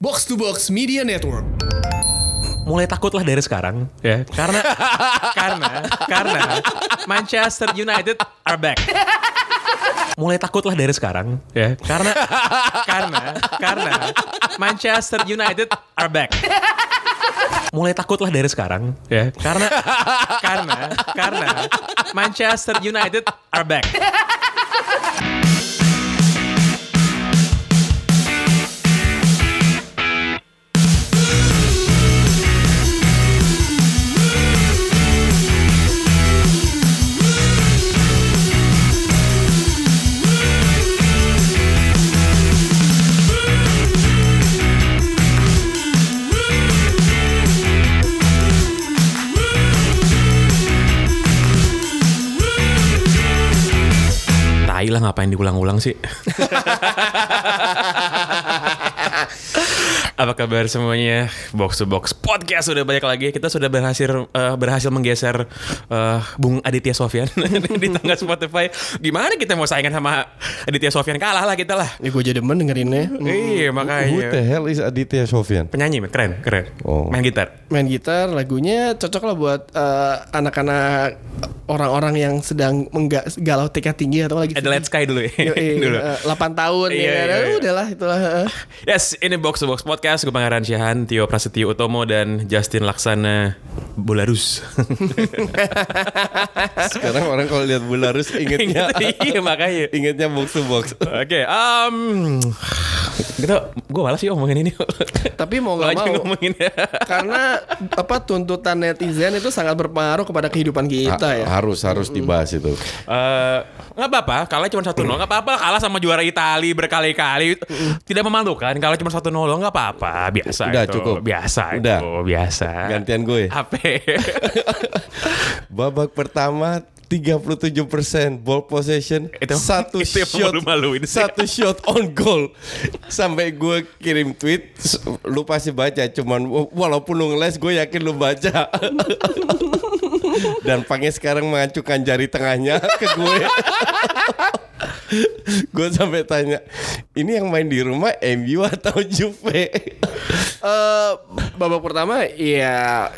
Box to Box Media Network. Mulai takutlah dari sekarang ya, karena Manchester United are back. Mulai takutlah dari sekarang ya, karena Manchester United are back. Mulai takutlah dari sekarang ya, karena Manchester United are back. Tai lah, ngapain diulang-ulang sih? Apa kabar semuanya? Box to Box Podcast sudah balik lagi. Kita sudah berhasil menggeser Bung Aditya Sofyan di tangga Spotify. Gimana kita mau saingan sama Aditya Sofyan? Kalah lah kita lah. Ya gue jadi demen dengerinnya. Iya makanya. Who the hell is Aditya Sofyan? Penyanyi, keren. Oh. Main gitar. Main gitar, lagunya cocok lah buat anak-anak orang-orang yang sedang galau tingkat tinggi atau lagi Adelaide Sky dulu ya. dulu. 8 tahun Iya, ya. iya. Udahlah itulah. Yes, ini Box to Box Podcast. Gue Pangeran Syahan, Tio Prasetyo Utomo dan Justin Laksana Bolarus. Sekarang orang kalau lihat Belarus ingetnya Iya makanya. ingetnya box to box. Oke, gue malas sih ngomongin ini. Tapi mau nggak mau, ngomongin ya. karena tuntutan netizen itu sangat berpengaruh kepada kehidupan kita ya. Harus dibahas itu. Nggak apa-apa, kalah cuma 1-0. Nggak apa-apa, kalah sama juara Italia berkali-kali. Tidak memalukan, kalah cuma 1-0 nggak apa-apa. Biasa Udah, itu. cukup. Biasa Udah. itu, biasa. Gantian gue. HP. Babak pertama 37% ball possession, satu itu yang shot, malu-maluin sih. satu shot on goal. Sampai gue kirim tweet, lu pasti baca. Cuman walaupun lu ngeles, gue yakin lu baca. Dan Pange sekarang mengacukan jari tengahnya ke gue. Gue sampai tanya, ini yang main di rumah MU atau Juve? Babak pertama ya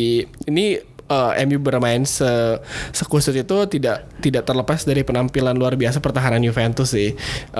MU bermain sekusut itu tidak terlepas dari penampilan luar biasa pertahanan Juventus sih.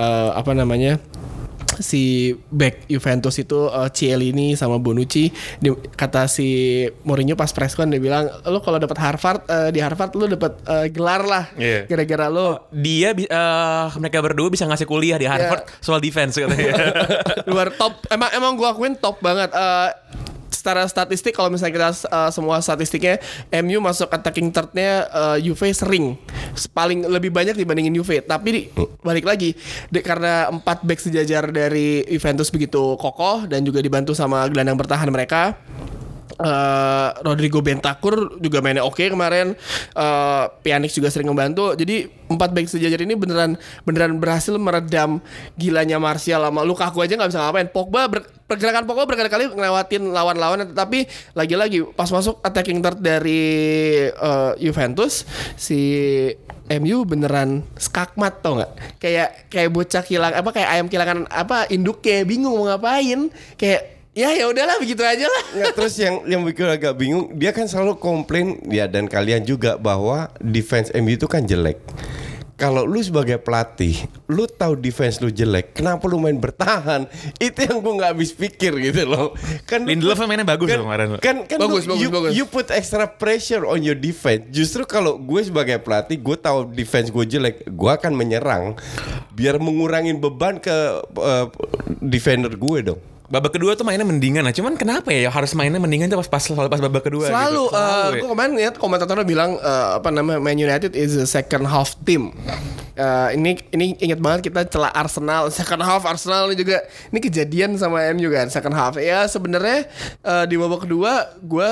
Si back Juventus itu Chiellini sama Bonucci, kata si Mourinho pas press con dia bilang, lu kalau dapat Harvard di Harvard lu dapat gelar lah. Yeah. Gara-gara lu Mereka berdua bisa ngasih kuliah di Harvard soal defense katanya. luar top. Emang gua akuin top banget. Secara statistik, kalau misalnya kita semua statistiknya, MU masuk attacking third-nya Juve sering paling lebih banyak dibandingin Juve. Tapi balik lagi karena 4 back sejajar dari Juventus begitu kokoh dan juga dibantu sama gelandang bertahan mereka. Rodrigo Bentancur juga mainnya oke kemarin. Pjanic juga sering membantu. Jadi 4 back sejajar ini beneran berhasil meredam gilanya Martial sama Lukaku aja nggak bisa ngapain. Pergerakan Pogba berkali-kali ngelewatin lawan-lawan, tapi lagi-lagi pas masuk attacking third dari Juventus, si MU beneran skakmat, tau nggak? Kayak bocah kayak ayam kehilangan induknya, bingung mau ngapain. Kayak ya udahlah begitu aja lah. Nggak, terus yang bikin agak bingung, dia kan selalu komplain ya, dan kalian juga, bahwa defense MU itu kan jelek. Kalau lu sebagai pelatih, lu tahu defense lu jelek, kenapa lu main bertahan? Itu yang gue nggak habis pikir gitu loh. Kan Lindelof mainnya bagus loh kemarin. Kan Bagus. you put extra pressure on your defense. Justru kalau gue sebagai pelatih, gue tahu defense gue jelek, gue akan menyerang biar mengurangin beban ke defender gue dong. Babak kedua tuh mainnya mendingan lah. Cuman kenapa ya harus mainnya mendingan tuh pas babak kedua Selalu, gitu. gue kemarin lihat komentatornya bilang Man United is a second half team. Ini ingat banget kita celah Arsenal, second half Arsenal ini juga, ini kejadian sama MU kan second half. Ya sebenarnya di babak kedua gue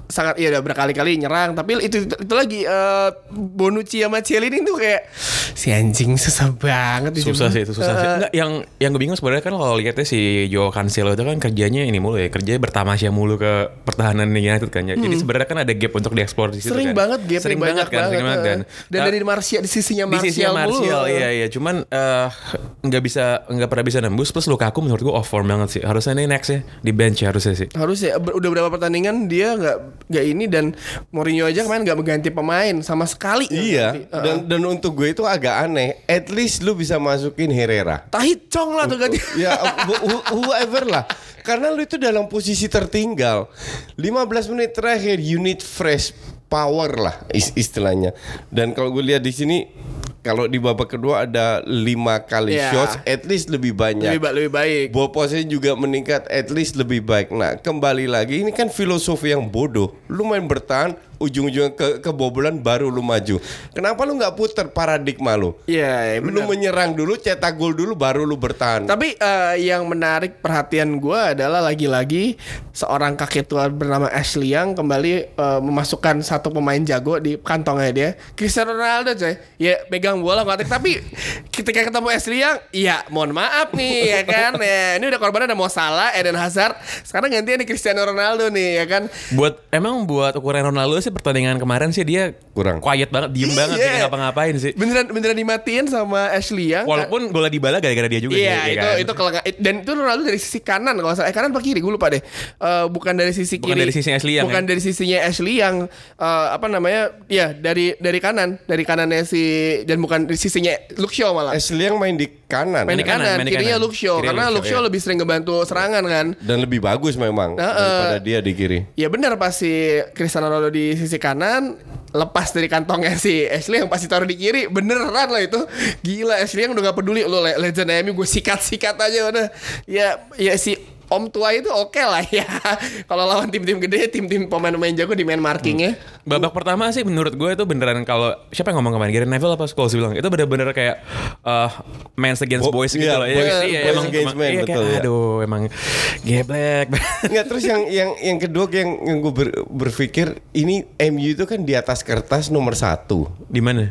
sangat udah berkali-kali nyerang, tapi itu lagi Bonucci sama Chiellini tuh kayak si anjing susah banget. Susah sih. Enggak, yang gue bingung sebenarnya kan kalau lihatnya si Joao Cancelo itu kan kerjanya ini mulu ya, kerjanya bertamasya mulu ke pertahanan United kan ya. Jadi sebenarnya kan ada gap untuk dieksplor di situ sering kan. Banget gap, sering banget kan. Dan dari Martial di sisinya Martial mulu. Iya. Cuman nggak pernah bisa nembus. Plus Lukaku menurut gue off form banget sih. Harusnya ini next ya di bench ya harusnya sih. Harusnya udah berapa pertandingan dia nggak ini, dan Mourinho aja kemarin nggak mengganti pemain sama sekali. Iya. Dan untuk gue itu agak aneh. At least lu bisa masukin Herrera. Tahicong lah tuh ganti. Ya whoever lah. Karena lu itu dalam posisi tertinggal. 15 menit terakhir you need fresh power lah istilahnya. Dan kalau gue lihat di sini, kalau di babak kedua ada 5 kali shots, at least lebih banyak. Lebih baik. Ball possession juga meningkat, at least lebih baik. Nah, kembali lagi ini kan filosofi yang bodoh. Lu main bertahan, ujung-ujungnya kebobolan baru lu maju. Kenapa lu nggak puter paradigma lu? Iya, lu menyerang dulu, cetak gol dulu, baru lu bertahan. Tapi yang menarik perhatian gue adalah lagi-lagi seorang kakek tua bernama Ashley Young kembali memasukkan satu pemain jago di kantongnya dia, Cristiano Ronaldo coy. Ya pegang bola ngotek, tapi ketika ketemu Ashley Young, iya mohon maaf nih ya kan. Ya, ini udah korbannya ada Mo Salah, Eden Hazard, sekarang gantian nih Cristiano Ronaldo nih ya kan. Buat ukuran Ronaldo sih pertandingan kemarin sih dia kurang quiet banget, diem banget, dia ngapa-ngapain sih. Beneran dimatiin sama Ashley Young. Walaupun bola Dybala gara-gara dia juga sih. Iya, itu dan itu Ronaldo dari sisi kanan kalau salah. Kanan apa kiri gue lupa deh. Bukan dari sisi kiri. Bukan dari sisinya Ashley Young. Bukan dari sisinya Ashley Young. Ya dari kanannya si, dan bukan dari sisinya Luke Shaw malah. Ashley yang main di kanan. Main di kanan, kirinya Luke Shaw. Karena Luke Shaw lebih sering ngebantu serangan kan. Dan lebih bagus memang daripada dia di kiri. Ya benar, pas si Cristiano Ronaldo di sisi kanan, lepas dari kantongnya si Ashley yang pasti taruh di kiri, beneran lah itu. Gila, Ashley yang udah gak peduli lo legend MU, gue sikat-sikat aja udah. Ya si Om tua itu oke lah ya. Kalau lawan tim-tim gede, tim-tim pemain-pemain jago di main markingnya. Babak pertama sih menurut gue itu beneran, kalau siapa yang ngomong kemarin, Gary Neville apa Scholes bilang itu bener-bener kayak men against boys gitu loh. Boys against men, betul ya. Aduh, emang geblek. Nggak, terus yang kedua yang gue berpikir ini MU itu kan di atas kertas nomor 1. Di mana?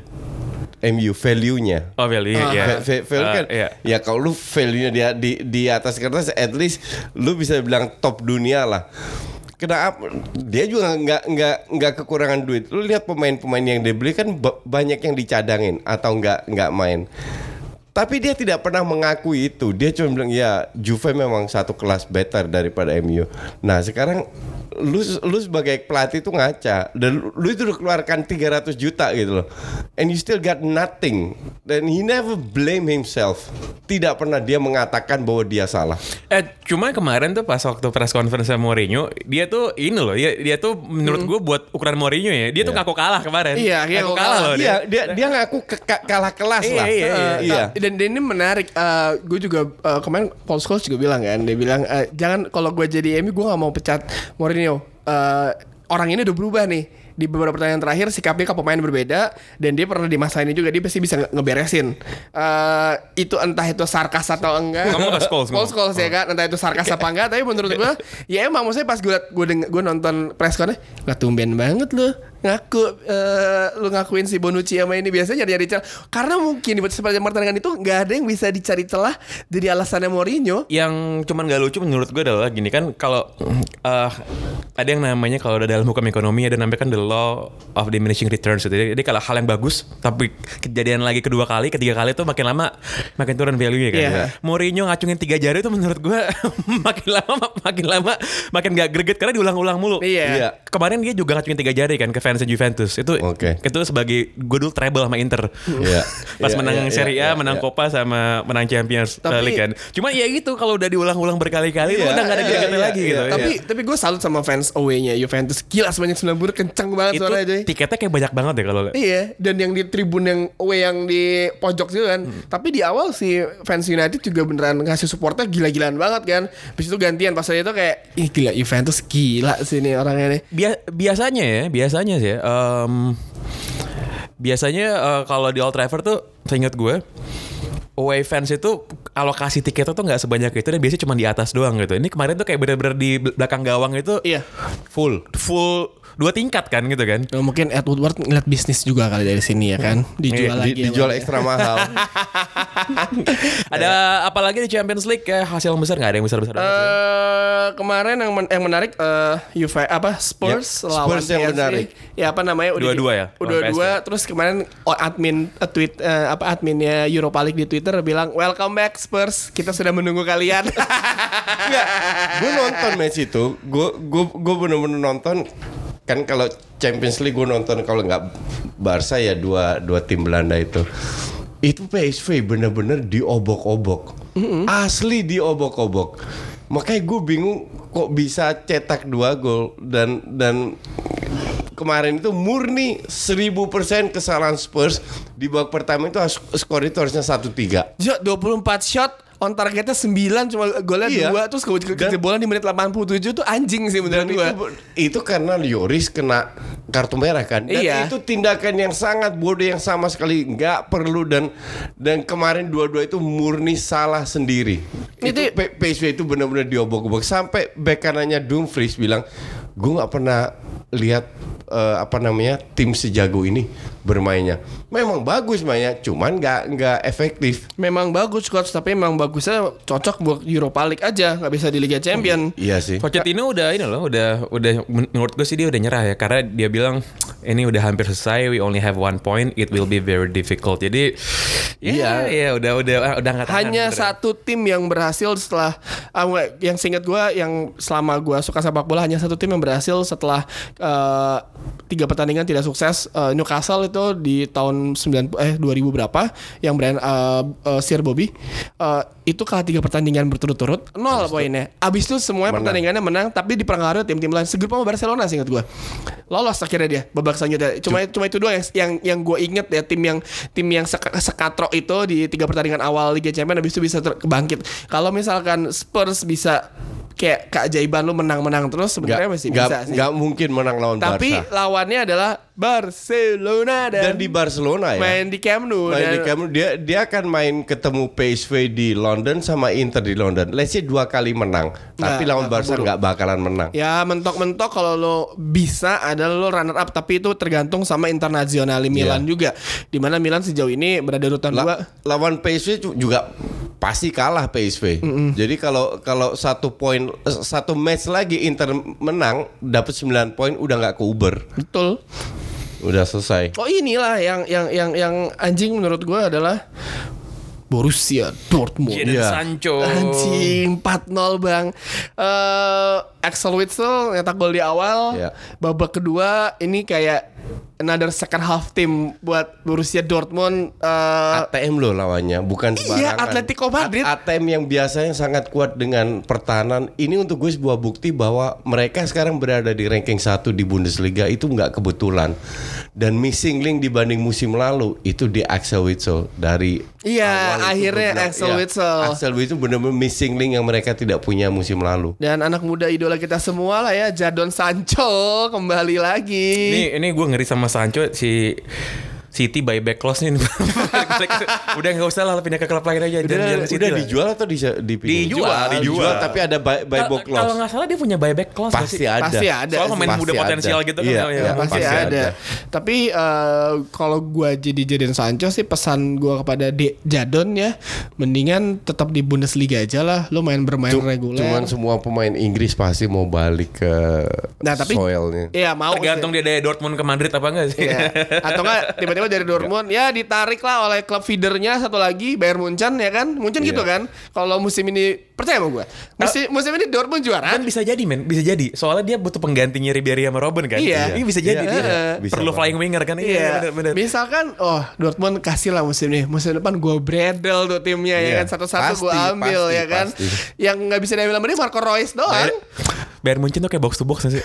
MU value-nya. Oh, value ya. Value kan. Ya kalau lu value-nya di atas kertas, at least lu bisa bilang top dunia lah. Kenapa dia juga nggak kekurangan duit. Lu lihat pemain-pemain yang dibeli kan banyak yang dicadangin atau nggak main. Tapi dia tidak pernah mengakui itu. Dia cuma bilang ya Juve memang satu kelas better daripada MU. Nah sekarang lu sebagai pelatih itu ngaca, dan lu itu udah keluarkan 300 juta gitu loh, and you still got nothing. Dan he never blame himself. Tidak pernah dia mengatakan bahwa dia salah. Cuma kemarin tuh pas waktu press conference sama Mourinho, dia tuh ini loh, dia tuh menurut gue buat ukuran Mourinho ya, dia tuh ngaku kalah kemarin. Iya, ngaku kalah loh. Dia ngaku kalah kelas lah. Iya. Dan ini menarik. Gue juga kemarin Paul Scholes juga bilang kan, dia bilang jangan, kalau gue jadi MU gue nggak mau pecat Mourinho. Orang ini udah berubah nih. Di beberapa pertandingan terakhir sikapnya ke pemain berbeda, dan dia pernah di masa ini juga dia pasti bisa ngeberesin. Itu entah itu sarkas atau enggak. Kamu nggak Scholes ya kan, entah itu sarkas apa enggak. Tapi menurut gue, ya emang maksudnya pas gue nonton press connya, nggak tumben banget loh lu ngakuin si Bonucci sama ini. Biasanya nyari celah, karena mungkin di sepanjang pertandingan itu nggak ada yang bisa dicari celah dari alasannya Mourinho. Yang cuman gak lucu menurut gue adalah gini kan, kalau ada yang namanya, kalau udah dalam hukum ekonomi ada namanya kan the law of diminishing returns. Jadi kalau hal yang bagus tapi kejadian lagi kedua kali, ketiga kali itu makin lama makin turun value-nya kan. Yeah. Mourinho ngacungin 3 jari itu menurut gue makin lama makin gak greget karena diulang-ulang mulu. Iya. Kemarin dia juga ngacungin 3 jari kan ke fans Juventus. Itu sebagai gue dulu treble sama Inter. Pas menang Serie A, menang Copa sama menang Champions League kan. Cuma ya gitu, kalau udah diulang-ulang berkali-kali udah gak ada gregetnya lagi gitu. Tapi gue salut sama fans away-nya Juventus. Gila, sebanyak 90 kenceng banget suaranya aja. Tiketnya kayak banyak banget ya kalau. Iya, dan yang di tribun yang away yang di pojok juga kan. Tapi di awal si fans United juga beneran ngasih supportnya gila-gilaan banget kan. Habis itu gantian pas itu kayak ih gila, Juventus gila sih nih orangnya nih. Biasanya sih biasanya kalau di Old Trafford tuh seingat gue away fans itu alokasi tiketnya tuh nggak sebanyak itu dan biasanya cuma di atas doang gitu. Ini kemarin tuh kayak bener-bener di belakang gawang itu Iya. full 2 tingkat kan gitu kan. Mungkin Ed Woodward ngeliat bisnis juga kali dari sini ya kan. Dijual lagi. Dijual ekstra mahal. Ada apa lagi di Champions League kayak hasil besar nggak ada yang besar-besar banget sih? Kemarin yang menarik Juve Spurs Ya, lawan Spurs yang PSG. menarik. Ya apa namanya? Dua-dua ya, lawan Dua-dua. Terus kemarin adminnya Europa League di Twitter bilang welcome back Spurs. Kita sudah menunggu kalian. Enggak, gue nonton match itu, gue bener-bener nonton. Kan kalau Champions League gue nonton, kalau nggak Barca ya dua tim Belanda itu PSV bener-bener diobok-obok, asli diobok-obok. Makanya gue bingung kok bisa cetak 2 gol dan kemarin itu murni 1000% kesalahan Spurs. Di babak pertama itu skor itu harusnya 1-3. 24 shot on targetnya 9 cuma golnya 2 terus kejebolan di menit 87 tuh anjing sih menurut gua. Itu karena Lloris kena kartu merah kan. Dan itu tindakan yang sangat bodoh yang sama sekali nggak perlu dan kemarin dua-dua itu murni salah sendiri. Itu PSV itu benar-benar diobok-obok sampai bek kanannya Dumfries bilang, "Gue nggak pernah lihat tim sejago ini bermainnya. Memang bagus mainnya, cuman nggak efektif." Memang bagus coach, tapi memang bagusnya cocok buat Europa League aja, nggak bisa di Liga Champion. Iya sih. Pochettino udah menurut gue sih dia udah nyerah ya, karena dia bilang ini udah hampir selesai, we only have 1 point, it will be very difficult. Jadi ya udah nggak tahan. Hanya sebenernya. satu tim yang berhasil setelah yang seingat gue, yang selama gue suka sepak bola, hanya satu tim yang berhasil setelah 3 pertandingan tidak sukses. Newcastle itu di tahun 2000 berapa yang brand Sir Bobby itu kalah 3 pertandingan berturut-turut 0 poinnya. Abis itu semuanya pertandingannya menang, tapi dipengaruhi tim-tim lain. Segrup sama Barcelona sih ingat gue. Lolos akhirnya dia babak selanjutnya. Cuma itu doang yang gue inget ya, tim yang sekatrok itu di 3 pertandingan awal Liga Champions abis itu bisa kebangkit. Kalau misalkan Spurs bisa kayak keajaiban lu menang-menang terus sebenarnya masih bisa sih. Gak mungkin menang lawan Barca. Tapi lawannya adalah Barcelona dan di Barcelona ya. Main di Camp Nou. Dia akan main ketemu PSV di London sama Inter di London. Let's say 2 kali menang. Tapi lawan Barca nggak bakalan menang. Ya mentok-mentok kalau lo bisa adalah lo runner up, tapi itu tergantung sama Internazionale Milan juga. Dimana Milan sejauh ini berada urutan 2. Lawan PSV juga pasti kalah PSV. Jadi kalau 1 poin 1 match lagi Inter menang dapat 9 poin udah nggak ke Uber. Betul. Udah selesai. Oh inilah yang anjing menurut gue adalah Borussia Dortmund. Jadon Sancho. Anjing 4-0 bang. Axel Witsel nyetak gol di awal. Babak kedua ini kayak another second half team buat Borussia Dortmund. ATM loh lawannya, bukan sembarangan. Iya, Atletico Madrid. ATM yang biasanya sangat kuat dengan pertahanan. Ini untuk gue sebuah bukti bahwa mereka sekarang berada di ranking 1 di Bundesliga itu nggak kebetulan. Dan missing link dibanding musim lalu itu di Axel Witsel dari akhirnya Axel Witsel. Axel Witsel benar-benar missing link yang mereka tidak punya musim lalu. Dan anak muda idola kita semua lah ya, Jadon Sancho kembali lagi. Ini gue ngeri sama Sancho, si City buyback clause nih. Udah nggak usah lah pindah ke klub lain aja. Udah dijual atau dijual tapi ada buyback clause. Kalau nggak salah dia punya buyback clause. Pasti ada. Soal pemain muda potensial gitu kan. Pasti ada. Tapi kalau gue jadi Jadon Sancho sih, pesan gue kepada Jadon ya, mendingan tetap di Bundesliga aja lah. Lo bermain reguler. Cuman semua pemain Inggris pasti mau balik ke soilnya. Iya mau. Tergantung dia dari Dortmund ke Madrid apa enggak sih? Iya. Atau enggak tiba-tiba dari Dortmund ya ditarik lah oleh klub feedernya satu lagi, Bayern Munchen ya kan. Munchen gitu kan. Kalau musim ini percaya sama gue, musim ini Dortmund juara. Dan bisa jadi bisa jadi. Soalnya dia butuh penggantinya Ribery sama Robben kan. Iya. Ini bisa jadi dia. Perlu flying winger kan. Iya. Bener. Misalkan Dortmund kasih lah musim depan gue bredel tuh timnya ya kan, satu-satu gue ambil ya kan. Yang nggak bisa diambil sama dia Marco Reus doang. Bayern Munchen tuh kayak box to box sih.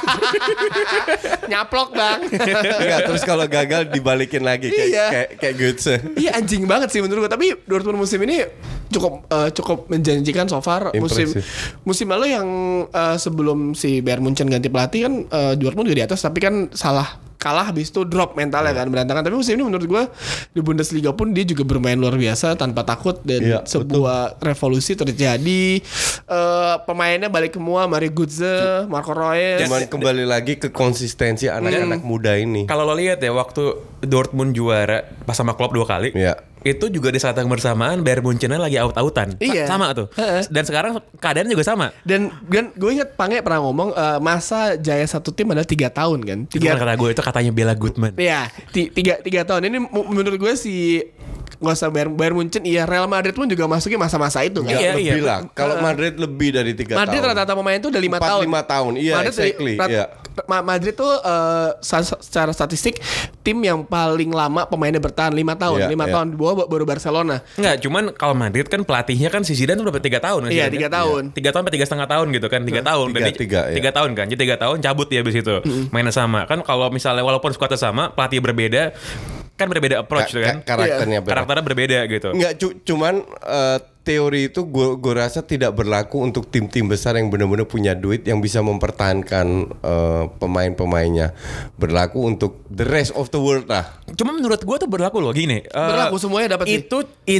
Nyaplok bang. Enggak, terus kalau gagal dibalikin lagi kayak Götze. Iya anjing banget sih menurut gue. Tapi Dortmund musim ini cukup menjanjikan so far. Musim lalu yang sebelum si Bayern Munchen ganti pelatih kan Dortmund juga di atas, tapi kan salah kalah habis itu drop mentalnya kan berantakan. Tapi musim ini menurut gue di Bundesliga pun dia juga bermain luar biasa tanpa takut dan sebuah revolusi terjadi. Pemainnya balik semua, Mario Götze, Marco Reus. Cuman kembali lagi ke konsistensi anak-anak muda ini. Kalau lo lihat ya waktu Dortmund juara pas sama Klopp 2 kali. Iya. Itu juga di saat yang bersamaan Bayern Munchennya lagi out-outan. Iya. Sama tuh. Dan sekarang keadaannya juga sama. Dan gue ingat Pange pernah ngomong masa jaya satu tim adalah 3 tahun kan. Itu kata gue itu katanya Bela Goodman. Iya, 3 tahun ini menurut gue nggak usah Bayern Munchen, Real Madrid pun juga masukin masa-masa itu kan. Iya, Lebih lah. Kalau Madrid lebih dari 3 tahun. Madrid rata-rata pemain itu udah 5 tahun. 5 tahun. Iya, Madrid exactly. Madrid tuh secara statistik tim yang paling lama pemainnya bertahan 5 tahun. 5 tahun di bawah baru Barcelona. Enggak, cuman kalau Madrid kan pelatihnya kan si Zidane tuh udah 3 tahun. Iya, 3 tahun. 3 tahun sampai 3,5 tahun gitu kan. 3 tahun. 3 tahun kan. Jadi 3 tahun cabut dia habis itu. Mainnya sama. Kan kalau misalnya walaupun skuadnya sama, pelatih berbeda, kan berbeda approach tuh kan. Karakternya berbeda gitu. Enggak, cuman teori itu gue rasa tidak berlaku untuk tim-tim besar yang benar-benar punya duit yang bisa mempertahankan pemain-pemainnya. Berlaku untuk the rest of the world lah. Cuma menurut gue tuh berlaku loh gini. Berlaku semuanya dapat sih.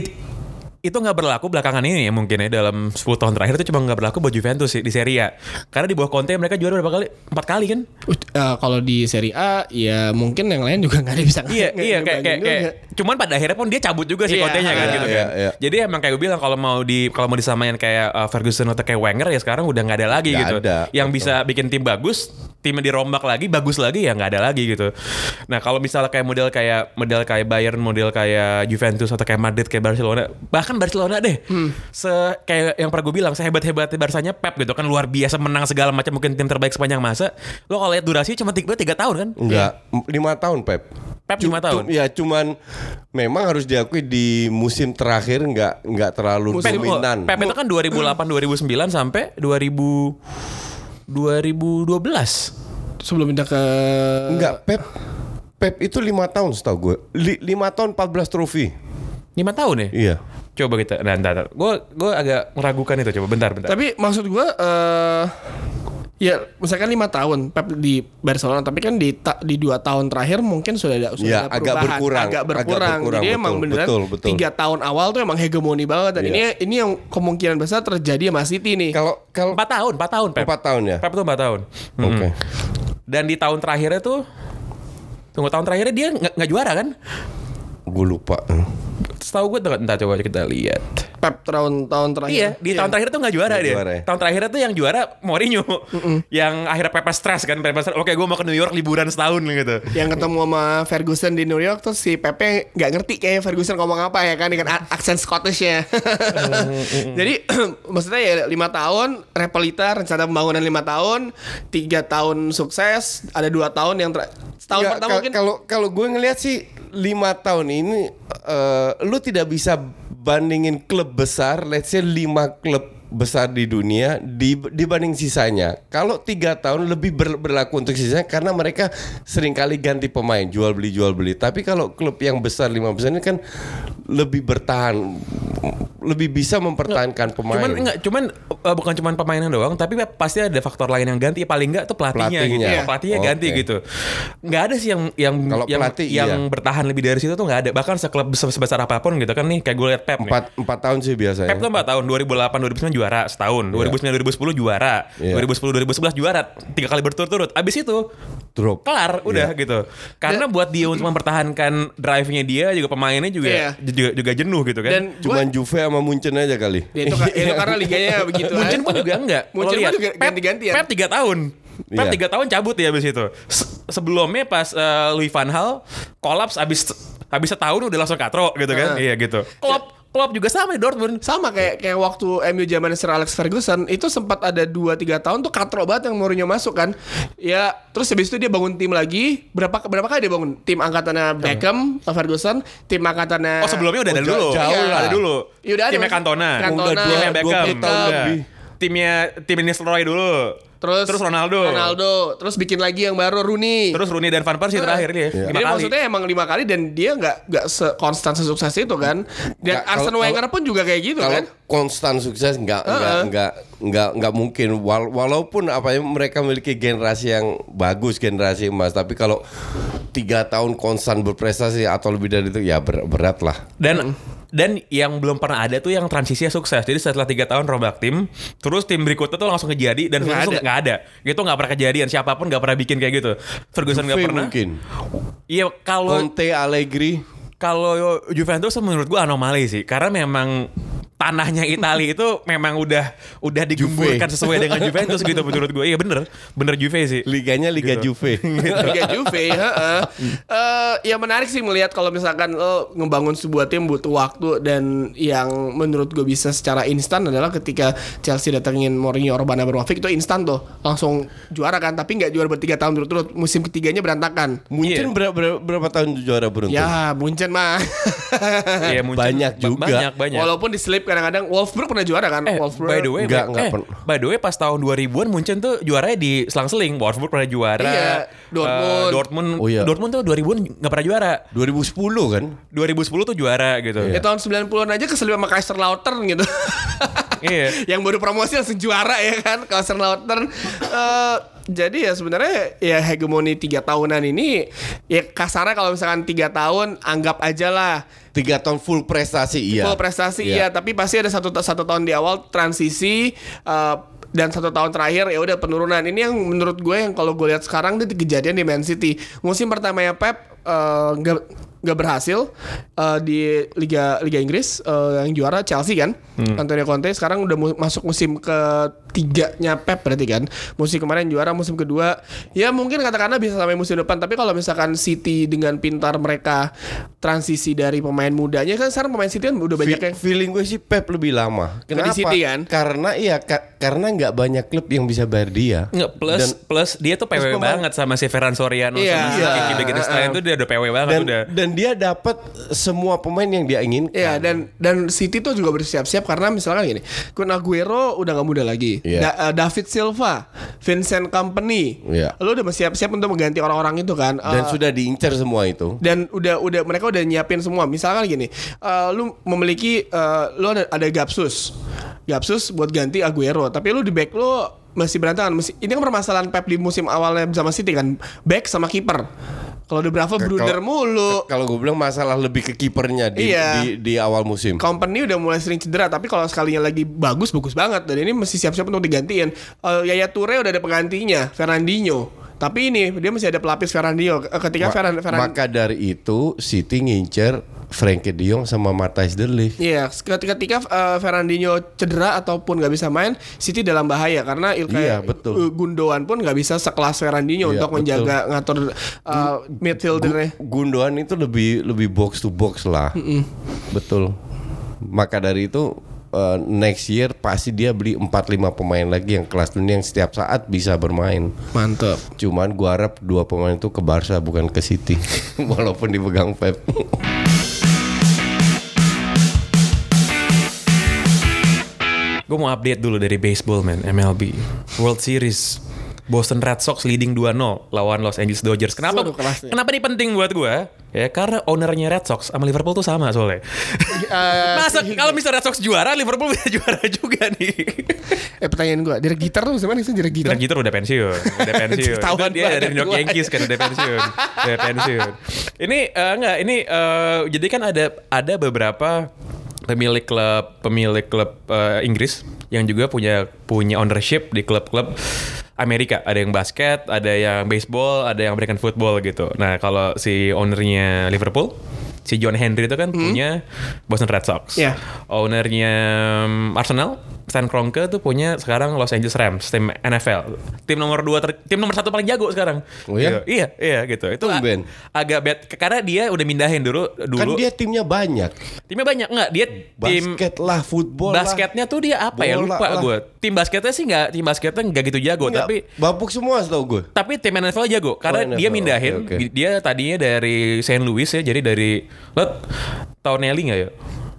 Itu nggak berlaku belakangan ini ya mungkin ya dalam 10 tahun terakhir itu cuma nggak berlaku buat Juventus sih di Serie A. Karena di bawah Conte mereka juara berapa kali? 4 kali kan? Kalau di Serie A ya mungkin yang lain juga nggak ada bisa. Iya kayak cuman pada akhirnya pun dia cabut juga sih Conte-nya kan gitu kan. Jadi emang kayak gue bilang kalau mau disamain kayak Ferguson atau kayak Wenger ya sekarang udah nggak ada lagi gitu. Yang bisa bikin tim bagus, timnya dirombak lagi, bagus lagi ya nggak ada lagi gitu. Nah kalau misalnya kayak model kayak Bayern, model kayak Juventus atau kayak Madrid, kayak Barcelona, bahkan Barcelona deh, kayak yang pernah gue bilang sehebat-hebatnya Barsanya Pep gitu kan, luar biasa menang segala macam, mungkin tim terbaik sepanjang masa. Lo kalau lihat durasi cuma 3 tahun kan? Enggak, 5 tahun Pep 5 tahun. Ya cuman memang harus diakui di musim terakhir nggak terlalu dominan. Pep itu kan 2008 2009 sampai 2012 sebelum pindah ke enggak, Pep itu 5 tahun setahu gue. 5 tahun 14 trofi. 5 tahun ya? Iya. Coba kita ntar. Gue agak meragukan itu, coba bentar. Tapi maksud gue ya misalkan 5 tahun Pep di Barcelona, tapi kan di 2 tahun terakhir mungkin sudah ada perubahan, agak berkurang. Jadi emang beneran 3 tahun awal tuh emang hegemoni banget. Dan ini yang kemungkinan besar terjadi sama City nih. Kalau 4 tahun Pep. 4 tahun ya. Pep tuh 4 tahun. Oke. Dan di tahun terakhirnya tuh tahun terakhirnya dia nggak juara kan? Gue lupa. Setahu gue entar coba kita lihat. Pep tahun terakhir. Iya, tahun terakhir tuh nggak juara dia. Tahun terakhir tuh yang juara Mourinho. Yang akhirnya Pep stres kan, oke gue mau ke New York liburan setahun gitu. Yang ketemu sama Ferguson di New York, terus si Pepe nggak ngerti kayak Ferguson ngomong apa ya kan, dengan aksen Scottishnya. Jadi maksudnya ya 5 tahun Repelita, rencana pembangunan 5 tahun, 3 tahun sukses, ada 2 tahun yang setahun pertama mungkin. Kalau gue ngelihat sih 5 tahun ini lu tidak bisa bandingin klub besar, let's say 5 klub besar di dunia dibanding sisanya. Kalau 3 tahun lebih berlaku untuk sisanya karena mereka seringkali ganti pemain, jual beli. Tapi kalau klub yang besar 5 besar ini kan lebih bertahan, lebih bisa mempertahankan pemain. Cuman bukan cuma pemainnya doang, tapi pasti ada faktor lain yang ganti. Paling enggak tuh pelatihnya. Gitu. Pelatihnya ganti gitu. Nggak ada sih yang bertahan lebih dari situ tuh nggak ada. Bahkan seklub sebesar apapun gitu kan nih, kayak gue liat Pep 4 tahun sih biasanya. Pep tuh 4 tahun, 2008 2009 juara setahun, 2009 2010 juara, 2010 2011 juara 3 kali berturut-turut. Abis itu drop, kelar udah gitu. Karena buat dia untuk mempertahankan drive-nya dia juga, pemainnya juga jenuh gitu kan. Dan cuman Juve sama Munchen aja kali. Itu karena liganya begitu. Munchen pun juga enggak. Munchen pun juga ganti-gantian. Pep 3 tahun. Pep 3 tahun cabut ya abis itu. Sebelumnya pas Louis van Gaal kolaps abis setahun udah langsung katro gitu kan. Iya gitu. Klopp juga sama di Dortmund. Sama kayak waktu MU zaman Sir Alex Ferguson itu sempat ada 2-3 tahun tuh katro banget yang Mourinho masuk kan. Ya, terus habis itu dia bangun tim lagi. Berapa kali dia bangun? Tim angkatannya Beckham, Ferguson, tim angkatannya sebelumnya udah ada dulu. Jauh lah. Ada dulu. Ya, udah ada. Timnya Cantona, timnya Beckham, tim Nistelrooy dulu. Terus Ronaldo, terus bikin lagi yang baru Rooney. Terus Rooney dan Van Persie terakhir dia. Jadi maksudnya emang 5 kali dan dia nggak konstan sesukses itu kan. Dan Arsene Wenger pun juga kayak gitu kan. Konstan sukses nggak mungkin. Walaupun mereka memiliki generasi yang bagus, generasi emas, tapi kalau 3 tahun konstan berprestasi atau lebih dari itu ya berat lah. Dan yang belum pernah ada tuh yang transisinya sukses. Jadi setelah 3 tahun rombak tim, terus tim berikutnya tuh langsung kejadi dan Ferguson nggak ada. Gitu nggak pernah kejadian. Siapapun nggak pernah bikin kayak gitu. Ferguson nggak pernah. Mungkin. Iya kalau Conte, Allegri. Kalau Juventus menurut gua anomali sih, karena memang tanahnya Italia itu memang udah digemburkan sesuai dengan Juventus gitu menurut gue. Iya bener Juve sih. Liganya Liga Gitu. Juve. Liga Juve, ya menarik sih melihat kalau misalkan lo ngebangun sebuah tim butuh waktu, dan yang menurut gue bisa secara instan adalah ketika Chelsea datengin Mourinho, Orban Abramovich, itu instan tuh langsung juara kan, tapi nggak juara ber-3 tahun berturut-turut, musim ketiganya berantakan. Munchen berapa tahun juara beruntun? Ya Munchen mah Iya, Banyak juga. Banyak. walaupun diselip kadang-kadang. Wolfsburg pernah juara kan? Wolfsburg. By the way, Enggak by the way pas tahun 2000-an Munchen tuh juaranya di selang-seling. Wolfsburg pernah juara. Iya, Dortmund. Dortmund. Oh iya. Dortmund tuh 2000-an nggak pernah juara. 2010 kan? 2010 tuh juara gitu. Ya tahun 90-an aja keselip sama Kaiserslautern gitu. Iya. Yang baru promosi langsung juara ya kan, Kaiserslautern. Jadi ya sebenarnya ya hegemoni 3 tahunan ini ya kasarnya kalau misalkan 3 tahun anggap aja lah 3 tahun full prestasi iya. full prestasi iya, tapi pasti ada satu tahun di awal transisi, dan 1 tahun terakhir ya udah penurunan. Ini yang menurut gue yang kalau gue lihat sekarang itu kejadian di Man City. Musim pertamanya Pep nggak berhasil di Liga Inggris, yang juara Chelsea kan, Antonio Conte. Sekarang udah masuk musim ketiganya Pep berarti kan. Musim kemarin juara, musim kedua ya mungkin katakanlah bisa sampai musim depan. Tapi kalau misalkan City dengan pintar mereka transisi dari pemain mudanya, kan sekarang pemain City kan udah banyak yang Feeling gue sih Pep lebih lama. Karena di City kan? Karena karena nggak banyak klub yang bisa bayar dia. Nggak, plus dia tuh PW banget sama si Ferran Soriano Iya. sama si Kiki Begiristain tuh dia udah PW banget udah. Dan dia dapat semua pemain yang dia inginkan. Iya, dan City tuh juga bersiap-siap karena misalkan gini, Kun Aguero udah gak muda lagi, Iya. David Silva, Vincent Kompany, Iya. lo udah bersiap-siap untuk mengganti orang-orang itu kan, Dan sudah diincar semua itu. dan udah mereka udah nyiapin semua. Misalkan gini, lu memiliki lu ada Gapsus buat ganti Aguero, tapi lu di back lu masih berantakan. Ini kan permasalahan Pep di musim awalnya bersama City kan, back sama kiper. Kalau di Bravo Bruder mulu. Kalau gue bilang masalah lebih ke kipernya Iya. di awal musim. Company udah mulai sering cedera, tapi kalau sekalinya lagi bagus banget, dan ini mesti siap-siap untuk digantiin. Yaya Toure udah ada penggantinya, Fernandinho. Tapi ini dia masih ada pelapis Fernandinho. Ketika Maka dari itu City ngincer Frenkie de Jong sama Matthijs de Ligt. Iya, ketika Fernandinho cedera ataupun nggak bisa main, City dalam bahaya karena Iya, betul. Gundogan pun nggak bisa sekelas Fernandinho Iya, untuk menjaga ngatur midfieldernya. Gundogan itu lebih box to box lah. Betul. Maka dari itu next year pasti dia beli 4-5 pemain lagi yang kelas dunia yang setiap saat bisa bermain. Mantap. Cuman gua harap 2 pemain itu ke Barca bukan ke City. Walaupun dipegang Pep. Gue mau update dulu dari baseball man, MLB World Series. Boston Red Sox leading 2-0 lawan Los Angeles Dodgers. Kenapa? Waduh, kelasnya. Kenapa ini penting buat gue? Ya karena ownernya Red Sox sama Liverpool tuh sama soalnya. Masa kalau misalnya Red Sox juara, Liverpool bisa juara juga nih. Pertanyaan gue, Derek Jeter tuh sebenarnya Derek Jeter. Derek Jeter udah pensiun. Ketahuan Itu dia banget dari New York gua. Yankees kan udah pensiun. Udah pensiun. Ini jadi kan ada beberapa pemilik klub Inggris yang juga punya ownership di klub-klub Amerika. Ada yang basket, ada yang baseball, ada yang American football gitu. Nah kalau si ownernya Liverpool, si John Henry itu kan punya Boston Red Sox. Iya. Ownernya Arsenal, Stan Kroenke tuh punya sekarang Los Angeles Rams, tim NFL. Tim nomor 1 paling jago sekarang. Oh ya? Iya gitu. Itu Tumben. agak bad karena dia udah mindahin dulu. Kan dia timnya banyak. Timnya banyak enggak? Dia tim Basket lah, football lah. basketnya tuh dia apa ya? Bola Lupa lah. gue. Tim basketnya sih tim basketnya enggak gitu jago, Enggak, tapi bapuk semua setahu gue. tim NFL jago karena NFL, dia mindahin. oke. Dia tadinya dari St. Louis ya, jadi dari lo tau Nelly nggak ya?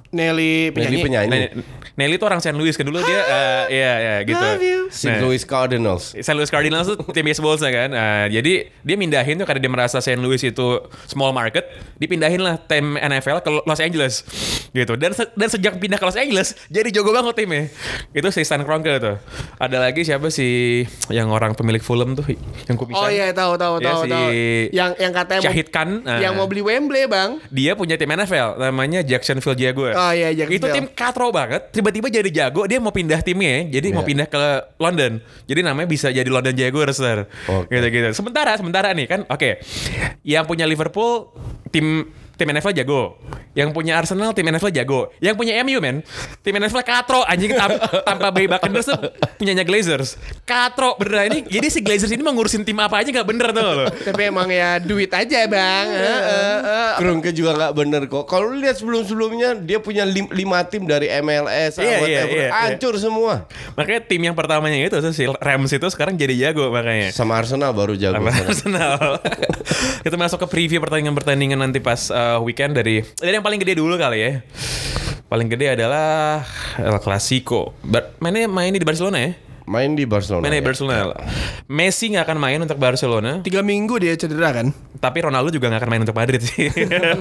Nelly penyanyi. Nelly tuh orang St. Louis kan dulu dia gitu. Love you. St. Louis Cardinals. St. Louis Cardinals tuh tim baseballnya kan. Jadi dia mindahin tuh karena dia merasa St. Louis itu small market, dipindahin lah tim NFL ke Los Angeles gitu. Dan sejak pindah ke Los Angeles jadi jago banget timnya. Itu si Stan Kroenke tuh. Ada lagi siapa sih yang orang pemilik Fulham tuh yang kumisan? Oh iya tahu. Yang katanya Shahid Khan. Yang mau beli Wembley, Bang. Dia punya tim NFL namanya Jacksonville Jaguars. Oh iya, Jacksonville. Itu tim katro banget. Tiba-tiba jadi jago, dia mau pindah timnya, jadi mau pindah ke London. Jadi namanya bisa jadi London Jaguars, gitu. Sementara nih kan, oke. Yang punya Liverpool tim NFL jago. Yang punya Arsenal tim NFL jago. Yang punya MU tim NFL katro anjing tanpa Bay Buccaneers tuh punyanya Glazers. Katro beneran ini. Jadi si Glazers ini mau ngurusin tim apa aja enggak bener tuh loh. Tapi emang ya duit aja, Bang. Kroenke juga nggak bener kok. Kalau lu lihat sebelumnya dia punya 5 tim dari MLS, hancur semua. Makanya tim yang pertamanya itu si Rams itu sekarang jadi jago makanya. Sama Arsenal baru jago. Sama Arsenal. Kita masuk ke preview pertandingan nanti pas weekend dari yang paling gede dulu kali ya. Paling gede adalah El Clasico. Main di Barcelona ya? Main di Barcelona. Messi nggak akan main untuk Barcelona. 3 minggu dia cedera kan. Tapi Ronaldo juga nggak akan main untuk Madrid sih.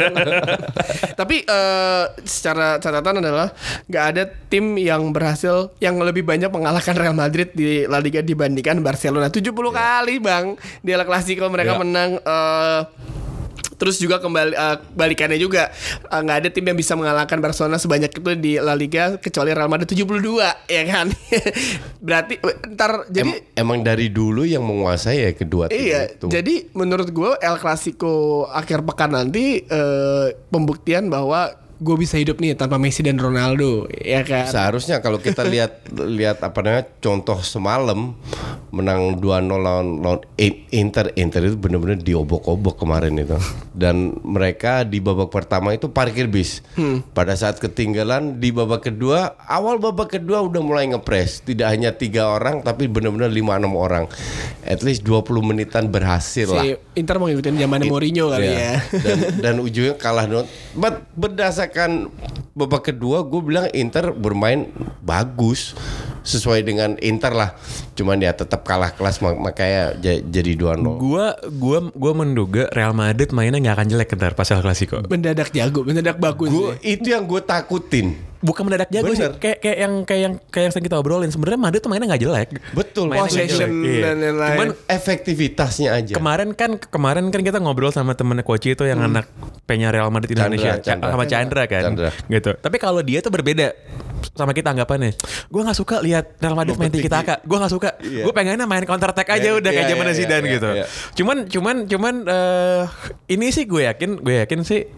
Tapi secara catatan adalah nggak ada tim yang berhasil yang lebih banyak mengalahkan Real Madrid di La Liga dibandingkan Barcelona. 70 kali, Bang. Di El Clasico mereka menang. Terus juga balikannya juga nggak ada tim yang bisa mengalahkan Barcelona sebanyak itu di La Liga kecuali Real Madrid 72 ya kan. Berarti ntar jadi emang dari dulu yang menguasai ya kedua tim itu. Jadi menurut gue El Clasico akhir pekan nanti pembuktian bahwa gue bisa hidup nih tanpa Messi dan Ronaldo, ya kan? Seharusnya kalau kita lihat apa namanya contoh semalam menang 2-0 lawan Inter itu benar-benar diobok-obok kemarin itu. Dan mereka di babak pertama itu parkir bis. Pada saat ketinggalan di babak kedua, awal babak kedua udah mulai ngepres. Tidak hanya 3 orang tapi benar-benar 5-6 orang. At least 20 menitan berhasil lah. Inter mau ngikutin zamannya Mourinho kali ya. Dan ujungnya kalah. Berdasarkan babak kedua gue bilang Inter bermain bagus sesuai dengan Inter lah. Cuman ya tetap kalah kelas makanya jadi 2-0. Gua menduga Real Madrid mainnya nggak akan jelek ntar pas El Clasico. Mendadak jago, mendadak bagus. Itu yang gue takutin. Bukan mendadak jago sih. Kayak yang sering kita obrolin. Sebenarnya Madrid tuh mainnya nggak jelek. Betul. Possession dan lain-lain. Cuman efektivitasnya aja. Kemarin kan kita ngobrol sama temennya Koci itu yang anak penya Real Madrid Indonesia sama Chandra kan. Gitu. Tapi kalau dia tuh berbeda sama kita anggapannya. Gue nggak suka lihat Real Madrid main tiki taka. Gue nggak suka. Gue pengennya main counter attack aja udah kayak zaman Zidane gitu. Cuman ini sih gue yakin sih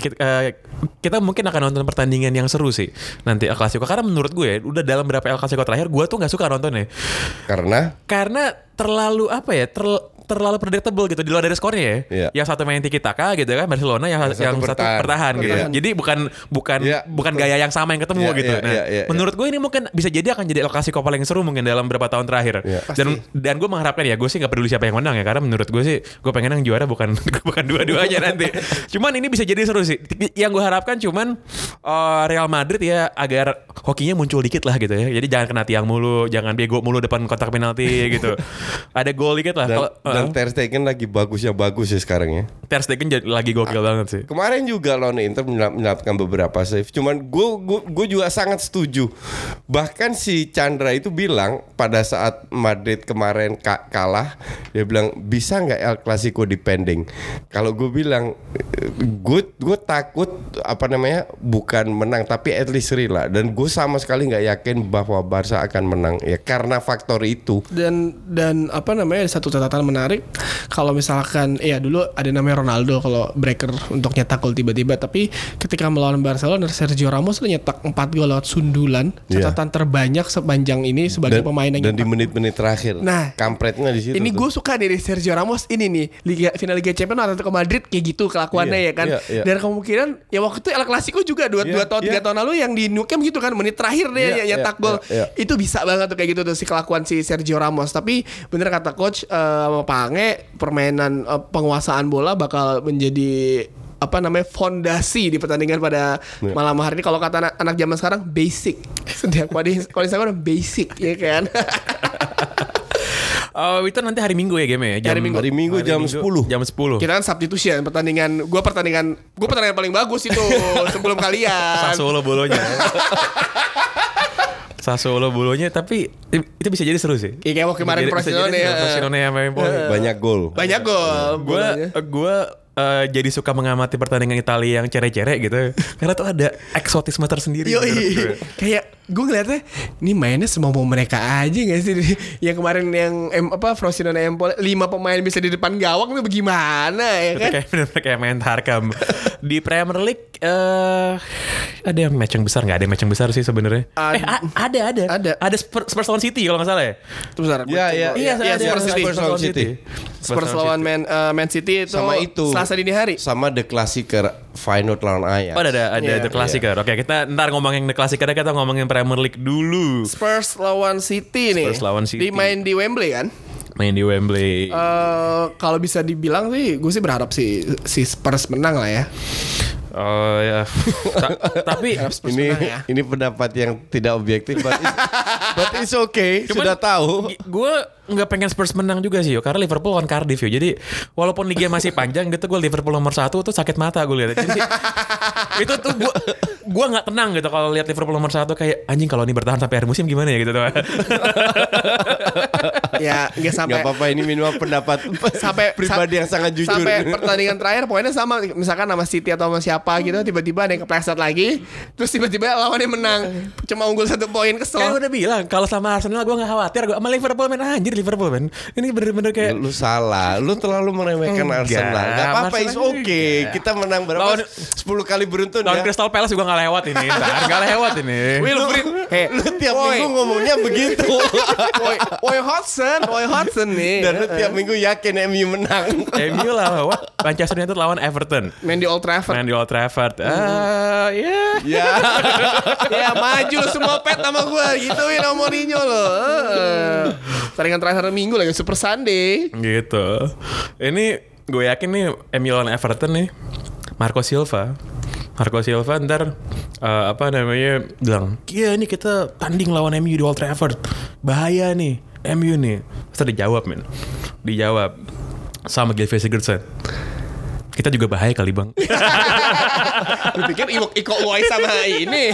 kita mungkin akan nonton pertandingan yang seru sih nanti El Clasico, karena menurut gue udah dalam berapa El Clasico terakhir gue tuh nggak suka nontonnya karena terlalu terlalu predictable gitu di luar dari skornya ya. Yang satu main tiki taka gitu kan Barcelona, yang satu bertahan gitu. Jadi bukan gaya yang sama yang ketemu gitu. Menurut gue ini mungkin bisa jadi akan jadi El Clasico paling seru mungkin dalam beberapa tahun terakhir. Dan gue mengharapkan ya, gue sih nggak peduli siapa yang menang ya, karena menurut gue sih gue pengen yang juara bukan dua-duanya nanti. Cuman ini bisa jadi seru sih. Yang gue harapkan cuman Real Madrid ya agar hokinya muncul dikit lah gitu ya. Jadi jangan kena tiang mulu, jangan bego mulu depan kotak penalti gitu. Ada gol dikit lah. Dan Ter Stegen lagi bagus ya sekarang ya. Ter Stegen lagi gokil banget sih. Kemarin juga lawan Inter menyelamatkan beberapa save. Cuman gue juga sangat setuju. Bahkan si Chandra itu bilang pada saat Madrid kemarin kalah, dia bilang bisa nggak El Clasico dipending. Kalau gue bilang gue takut bukan menang tapi at least seri lah. Dan gue sama sekali nggak yakin bahwa Barca akan menang ya karena faktor itu. Dan satu catatan menarik, kalau misalkan dulu ada namanya Ronaldo kalau breaker untuk nyetak gol tiba-tiba, tapi ketika melawan Barcelona Sergio Ramos nyetak 4 gol lewat sundulan, catatan terbanyak sepanjang ini sebagai pemain yang di menit-menit terakhir. Nah, kampretnya di situ. Ini gue suka dari Sergio Ramos ini nih, final Liga Champions Atletico Madrid kayak gitu kelakuannya ya kan. Dan kemungkinan ya waktu itu El Clasico juga 3 tahun lalu yang di Nou Camp gitu kan, menit terakhir dia nyetak gol. Itu bisa banget tuh kayak gitu tuh si kelakuan si Sergio Ramos. Tapi bener kata coach Pange, permainan penguasaan bola bakal menjadi fondasi di pertandingan pada malam hari ini. Kalau kata anak zaman sekarang basic. Setiap kalau Instagram basic ya kan. Oh, itu nanti hari Minggu ya game ya? Hari Minggu jam 10. Jam 10. Kita kan substitution pertandingan paling bagus itu sebelum kalian. Sassuolo Bolonya tapi itu bisa jadi seru sih. Iya kayak kemarin Frosinone ya. Frosinone yang main bola. Banyak gol. Gue jadi suka mengamati pertandingan Italia yang cere-cere gitu. Karena tuh ada eksotisme tersendiri. Kayak gue ngeliatnya ini mainnya semua mereka aja gak sih. Yang kemarin yang Frosinone Empoli 5 pemain bisa di depan gawang tuh bagaimana ya kan. Kayak main Tarkam. Di Premier League ada yang match yang besar, nggak ada match yang besar sih sebenarnya. Ada Spurs lawan City kalau nggak salah ya. Itu besar. Spurs lawan City. Spurs lawan Man City itu sama itu Selasa dini hari. Sama The Classicer Feyenoord lawan Ajax. Oh ada The Classicer. Oke, kita ntar ngomongin The Classicer, kita ngomongin Premier League dulu. Spurs lawan City nih. Spurs lawan City. Main di Wembley kan? Main di Wembley. Kalau bisa dibilang sih, gue sih berharap si Spurs menang lah ya. Oh ya. Tapi ini pendapat yang tidak objektif, but it's okay. Sudah tahu. Gue nggak pengen Spurs menang juga sih, karena Liverpool lawan Cardiff ya. Jadi walaupun liga masih panjang gitu, gue Liverpool nomor 1 tuh sakit mata gue lihat. Jadi itu tuh gue nggak tenang gitu kalau lihat Liverpool nomor 1, kayak anjing kalau ini bertahan sampai akhir musim gimana ya gitu tuh. Ya nggak sampai. Nggak apa-apa, ini minimal pendapat sampai pribadi yang sangat jujur. Sampai pertandingan terakhir poinnya sama, misalkan sama City atau sama siapa gitu, tiba-tiba ada yang kepleset lagi, terus tiba-tiba lawannya menang, cuma unggul 1 poin, kesel. Kan udah bilang kalau sama Arsenal gue nggak khawatir, gue sama Liverpool main anjir Liverpool man. Ini bener-bener kayak lu salah, lu terlalu meremehkan Arsenal. Gak apa-apa, it's okay. Kita menang berapa? 10 kali beruntun ya. Lawan Crystal Palace juga nggak lewat ini. Nggak lewat ini. Lu tiap minggu ngomongnya begitu. Roy Hodgson nih. Dan lu tiap minggu yakin MU menang. MU lah, Manchester United lawan Everton. Main di Old Trafford. Ya maju semua pet sama gue, gituin sama Mourinho lo. Pertandingan terakhir Minggu lagi Super Sunday. Gitu. Ini gue yakin nih MU lawan Everton nih. Marco Silva ntar bilang, iya ini kita tanding lawan MU di Old Trafford, bahaya nih MU nih. Terus dijawab sama Gylfi Sigurdsson, kita juga bahaya kali bang. Lu pikir Iko Uwais sama ini?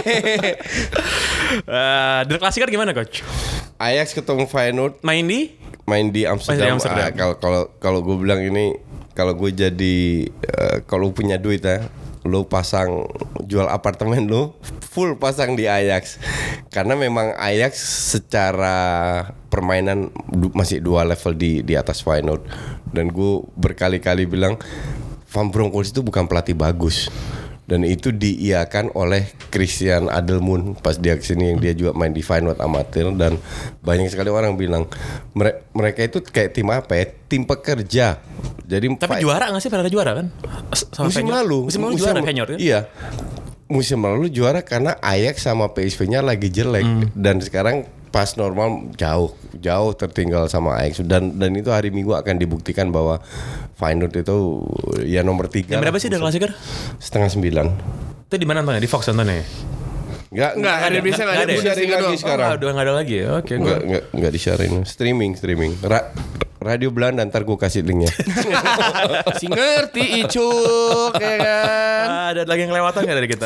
The Classicer gimana coach? Ajax ketemu Feyenoord main di Amsterdam. Kalau gue bilang ini, kalau gue jadi kalau punya duit ya, lu pasang, jual apartemen lu full pasang di Ajax. Karena memang Ajax secara permainan masih 2 level di atas Feyenoord. Dan gue berkali-kali bilang Van Bronckhorst itu bukan pelatih bagus. Dan itu diiakan oleh Christian Adelmoen pas dia kesini, yang dia juga main di Feyenoord amatir. Dan banyak sekali orang bilang mereka itu kayak tim apa ya? Tim pekerja. Jadi tapi juara nggak sih? Pernah juara kan? Musim lalu juara Feyenoord ya? Iya. Musim lalu juara karena Ajax sama PSV-nya lagi jelek. Dan sekarang pas normal jauh tertinggal sama Ajax. Dan itu hari Minggu akan dibuktikan bahwa Feyenoord itu ya nomor 3. Yang berapa sih The Classicer? 8:30. Itu di mana nontonnya? Di Fox nontonnya? Enggak ada, bisa enggak ada. Sharing lagi sekarang. Udah enggak ada lagi ya. Oke. Enggak di-sharing. Streaming. Radio Belanda, ntar gue kasih linknya. Si ngerti Icuk ya kan. Ada lagi yang kelewatan nggak dari kita?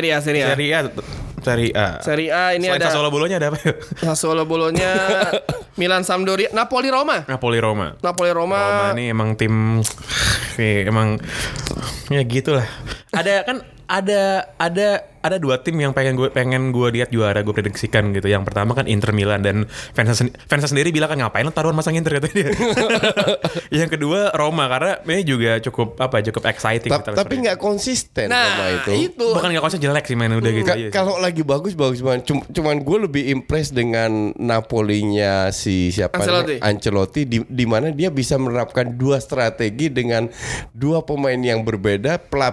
Serie A ini selain ada Sassuolo Bolonya ada apa? Sassuolo Bolonya, Milan Sampdoria, Napoli Roma ini emang tim emang ya gitulah. Ada 2 tim yang pengen gue lihat juara, gue prediksikan gitu. Yang pertama kan Inter Milan, dan fans sendiri bilang kan ngapain lo taruhan masang Inter katanya dia. Yang kedua Roma, karena ini juga cukup exciting. Tapi nggak konsisten Roma itu. Bukan nggak konsisten, jelek sih main udah gitu. Kalau lagi bagus banget. Cuman gue lebih impress dengan Napolinya si siapa Ancelotti di mana dia bisa menerapkan 2 strategi dengan 2 pemain yang berbeda, pelapisnya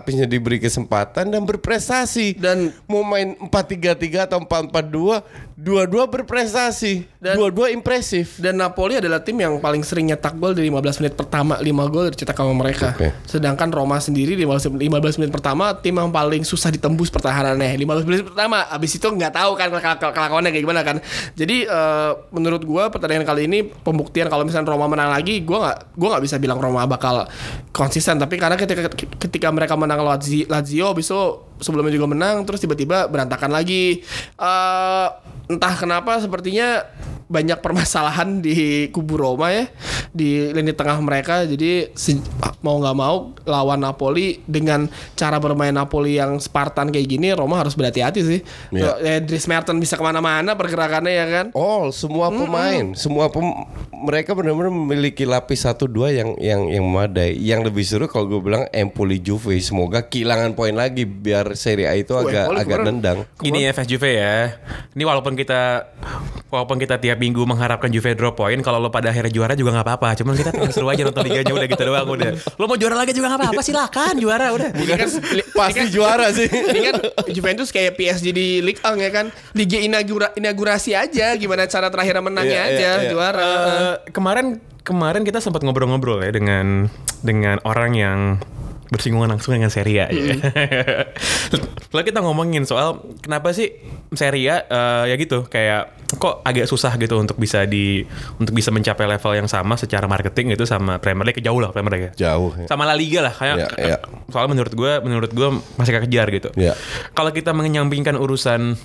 diberi kesempatan dan berprestasi. Dan mau main 4-3-3 atau 4-4-2, dua-dua berprestasi, dua-dua impresif. Dan Napoli adalah tim yang paling sering nyetak gol dari 15 menit pertama, 5 gol dicetak sama mereka. Sedangkan Roma sendiri di 15 menit pertama tim yang paling susah ditembus pertahanannya. 15 menit pertama, abis itu nggak tahu kan kelakuannya kayak gimana kan. Jadi menurut gue pertandingan kali ini pembuktian kalau misalnya Roma menang lagi, gue nggak bisa bilang Roma bakal konsisten. Tapi karena ketika mereka menang Lazio, abis itu sebelumnya juga menang, terus tiba-tiba berantakan lagi. Entah kenapa sepertinya banyak permasalahan di kubu Roma ya, di lini tengah mereka. Jadi mau nggak mau lawan Napoli dengan cara bermain Napoli yang Spartan kayak gini, Roma harus berhati-hati sih. Dries Mertens bisa kemana-mana pergerakannya ya kan. Semua pemain, mereka benar-benar memiliki lapis 1-2 yang memadai. Yang lebih seru kalau gue bilang Empoli Juve, semoga kehilangan poin lagi biar Serie A itu agak nendang. Gini ya fans Juve ya. Ini walaupun kita tiap minggu mengharapkan Juve drop poin, kalau lo pada akhirnya juara juga nggak apa-apa. Cuman kita seru aja nonton liganya, udah gitu doang udah. Lo mau juara lagi juga nggak apa-apa, silakan juara udah. Ini kan Pasti juara sih. Ini kan Juventus kayak PSG di Ligue 1 ya kan. Liga inaugurasi aja, gimana cara terakhir menangnya aja juara. Kemarin kita sempat ngobrol-ngobrol ya dengan orang yang bersinggungan langsung dengan Serie A ya. Lalu kita ngomongin soal kenapa sih Serie A ya gitu kayak kok agak susah gitu untuk bisa mencapai level yang sama secara marketing gitu sama Premier League. Jauh lah Premier League. Jauh. Ya. Sama La Liga lah kayak soalnya menurut gue masih kejar gitu. Kalau kita menyampingkan urusan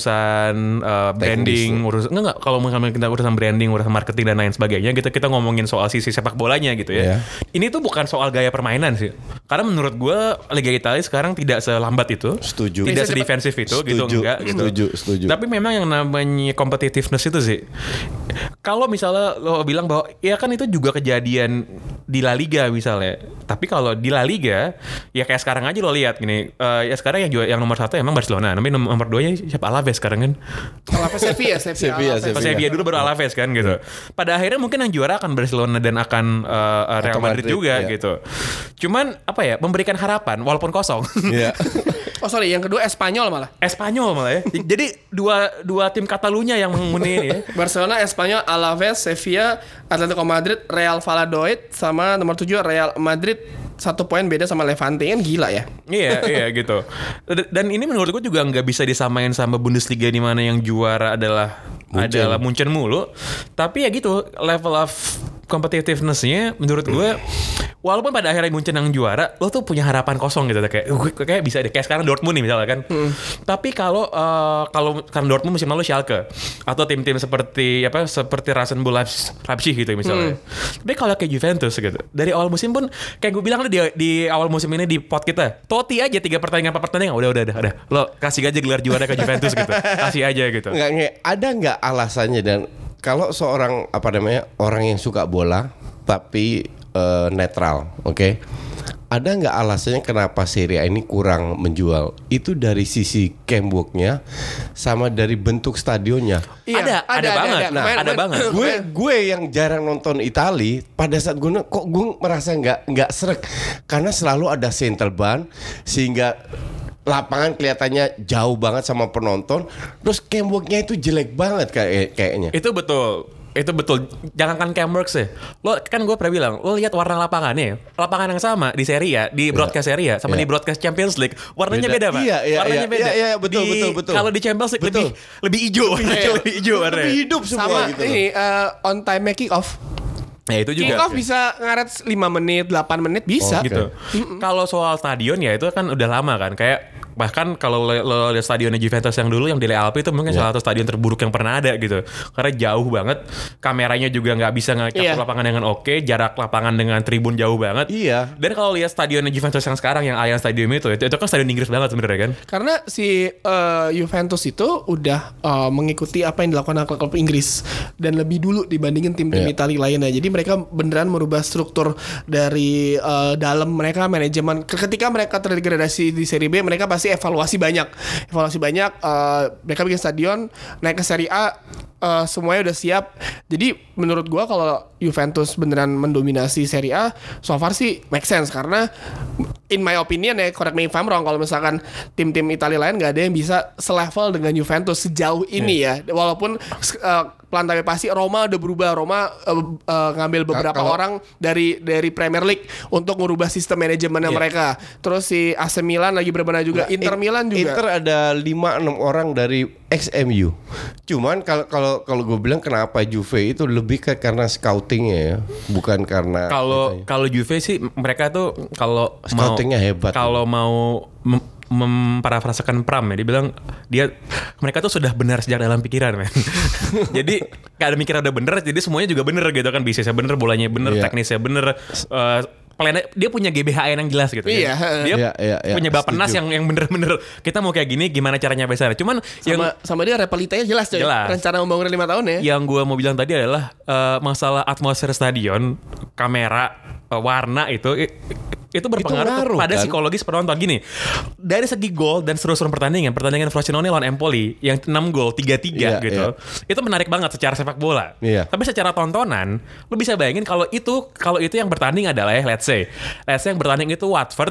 branding, enggak kalau kita urusan branding, urusan marketing dan lain sebagainya gitu, kita ngomongin soal sisi sepak bolanya gitu ya. Ini tuh bukan soal gaya permainan sih. Karena menurut gue Liga Italia sekarang tidak selambat itu. Setuju. Tidak sedefensif itu gitu enggak gitu. Setuju. Tapi memang yang namanya competitiveness itu sih. Kalau misalnya lo bilang bahwa ya kan itu juga kejadian di La Liga misalnya. Tapi kalau di La Liga ya kayak sekarang aja lo lihat gini. Ya sekarang yang nomor 1 emang Barcelona. Tapi nomor 2-nya siapa? Alaves sekarang kan. Alaves Sevilla dulu baru Alaves kan gitu. Pada akhirnya mungkin yang juara akan Barcelona dan akan Real Madrid juga gitu. Cuman apa ya, memberikan harapan walaupun kosong. Yang kedua Espanyol malah ya. Jadi dua tim Catalunya yang menghuni ini ya. Barcelona, Espanyol, Alaves, Sevilla, Atletico Madrid, Real Valladolid sama nomor 7 Real Madrid. 1 poin beda sama Levante, kan gila ya. Iya gitu. Dan ini menurut gue juga nggak bisa disamain sama Bundesliga di mana yang juara adalah Munchen mulu. Tapi ya gitu, level of competitiveness-nya menurut gue walaupun pada akhirnya Munchen yang juara, lo tuh punya harapan kosong gitu kayak bisa deh kayak sekarang Dortmund nih misalnya kan. Tapi kalau karena Dortmund musim lalu Schalke atau tim-tim seperti Rasenball Leipzig gitu misalnya. Tapi kalau kayak Juventus gitu, dari awal musim pun kayak gue bilang di awal musim ini di pod kita, Totti aja 3 pertandingan 4 pertandingan udah. Lo kasih aja gelar juara ke Juventus gitu. Kasih aja gitu. Ada nggak alasannya? Dan kalau seorang orang yang suka bola tapi netral, oke? Ada nggak alasannya kenapa Serie A ini kurang menjual? Itu dari sisi campworknya sama dari bentuk stadionnya. Iya, ada banget. Ada banget. Gue yang jarang nonton Itali, pada saat gue merasa nggak sreg karena selalu ada central band sehingga lapangan kelihatannya jauh banget sama penonton. Terus campworknya itu jelek banget kayaknya. Itu betul. Jangankan Camworks ya. Lo kan gue pernah bilang, lo lihat warna lapangannya. Lapangan yang sama di Serie A, di broadcast Serie A sama di broadcast Champions League, warnanya beda, Pak. Warnanya beda. Iya, betul. Kalau di Champions League lebih hijau. Lebih hijau warnanya. Lebih hidup semua sama gitu. Ini on time kick off. Ya itu juga. Kick off bisa ngaret 5 menit, 8 menit bisa. Gitu. Kalau soal stadion ya itu kan udah lama kan. Kayak bahkan kalau lo lihat stadionnya Juventus yang dulu yang di Le Alpi itu mungkin salah satu stadion terburuk yang pernah ada gitu. Karena jauh banget, kameranya juga nggak bisa ngecap lapangan dengan oke, jarak lapangan dengan tribun jauh banget. Iya. Dan kalau lihat stadionnya Juventus yang sekarang yang Allianz Stadium itu kan stadion Inggris banget sebenarnya kan. Karena si Juventus itu udah mengikuti apa yang dilakukan klub Inggris dan lebih dulu dibandingin tim-tim Italia lainnya. Jadi mereka beneran merubah struktur dari dalam mereka manajemen. Ketika mereka terdegradasi di Serie B, mereka pasti evaluasi banyak. Mereka bikin stadion, naik ke Serie A, semuanya udah siap. Jadi menurut gua kalau Juventus beneran mendominasi Serie A, so far sih make sense karena in my opinion ya, correct me if I'm wrong, kalau misalkan tim-tim Italia lain nggak ada yang bisa selevel dengan Juventus sejauh ini ya. Walaupun pelan tapi pasti Roma udah berubah. Roma ngambil beberapa orang dari Premier League untuk ngubah sistem manajemennya mereka. Terus si AC Milan lagi berbenah juga. Inter Milan juga. Inter ada 5-6 orang dari ex-MU. Cuman kalau gue bilang kenapa Juve itu lebih karena scoutingnya ya, bukan karena kalau Juve sih mereka tuh kalau scoutingnya hebat. Kalau mau memparafrasekan Pram ya, dia bilang mereka tuh sudah benar sejak dalam pikiran, men. Jadi gak ada mikirnya udah bener, jadi semuanya juga bener gitu kan, bisnisnya bener, bolanya bener, teknisnya bener, dia punya GBHN yang jelas gitu. Iya. Dia punya Bappenas yang bener-bener kita mau kayak gini, gimana caranya besar. Cuman sama dia repalitanya jelas coy. Rencana membangun 5 tahun ya. Yang gue mau bilang tadi adalah masalah atmosfer stadion, kamera, warna itu berpengaruh pada psikologis penonton. Gini, dari segi gol dan seru-seru pertandingan Frosinone lawan Empoli yang 6 gol 3-3 gitu. Itu menarik banget secara sepak bola. Tapi secara tontonan, lu bisa bayangin kalau itu yang bertanding adalah let's say yang bertanding itu Watford